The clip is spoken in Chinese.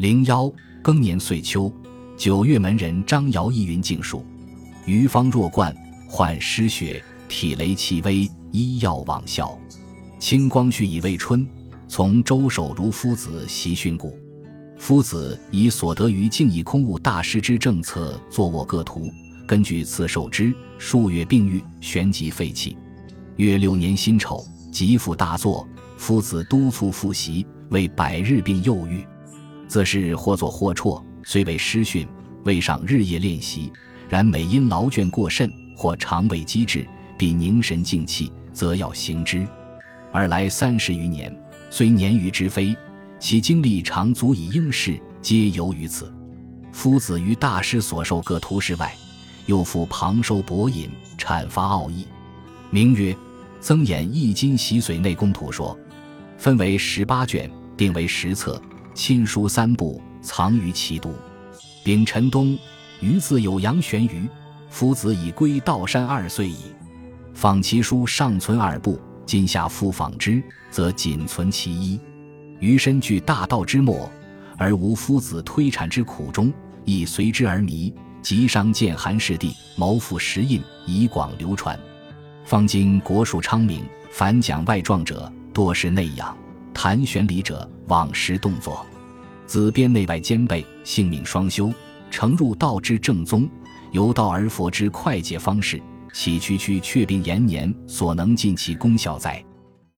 01庚年岁秋，9月门人张尧一云竞述：余方弱冠，患失血，体羸气微，医药罔效。清光绪乙未春，从周守如夫子习训诂。夫子以所得于净义空悟大师之政策作卧各图，根据赐受之，数月病愈，旋即废弃。约6年辛丑，疾复大作，夫子督促复习，为100日病又愈。自是或坐或辍，虽未师训，未上日夜练习，然每因劳倦过甚，或肠胃积滞，必凝神静气，则要行之。尔来30余年，虽年逾之非，其精力常足以应试，皆由于此。夫子于大师所授各图示外，又复旁收博引，阐发奥义，名曰《增演易经习髓内功图说》，分为18卷，定为10册，亲书3部，藏于其都。丙辰冬，余自有阳玄余，夫子已归道山2岁矣。访其书尚存2部，今夏复访之，则仅存其一。余身具大道之末，而无夫子推阐之苦衷，亦随之而迷，即商见韩氏帝，谋复石印，以广流传。方今国术昌明，凡讲外状者，多是内养；谈玄理者，往实动作。子编内外兼备，性命双修，诚入道之正宗，由道而佛之快捷方式，其区区确并延年，所能尽其功效哉。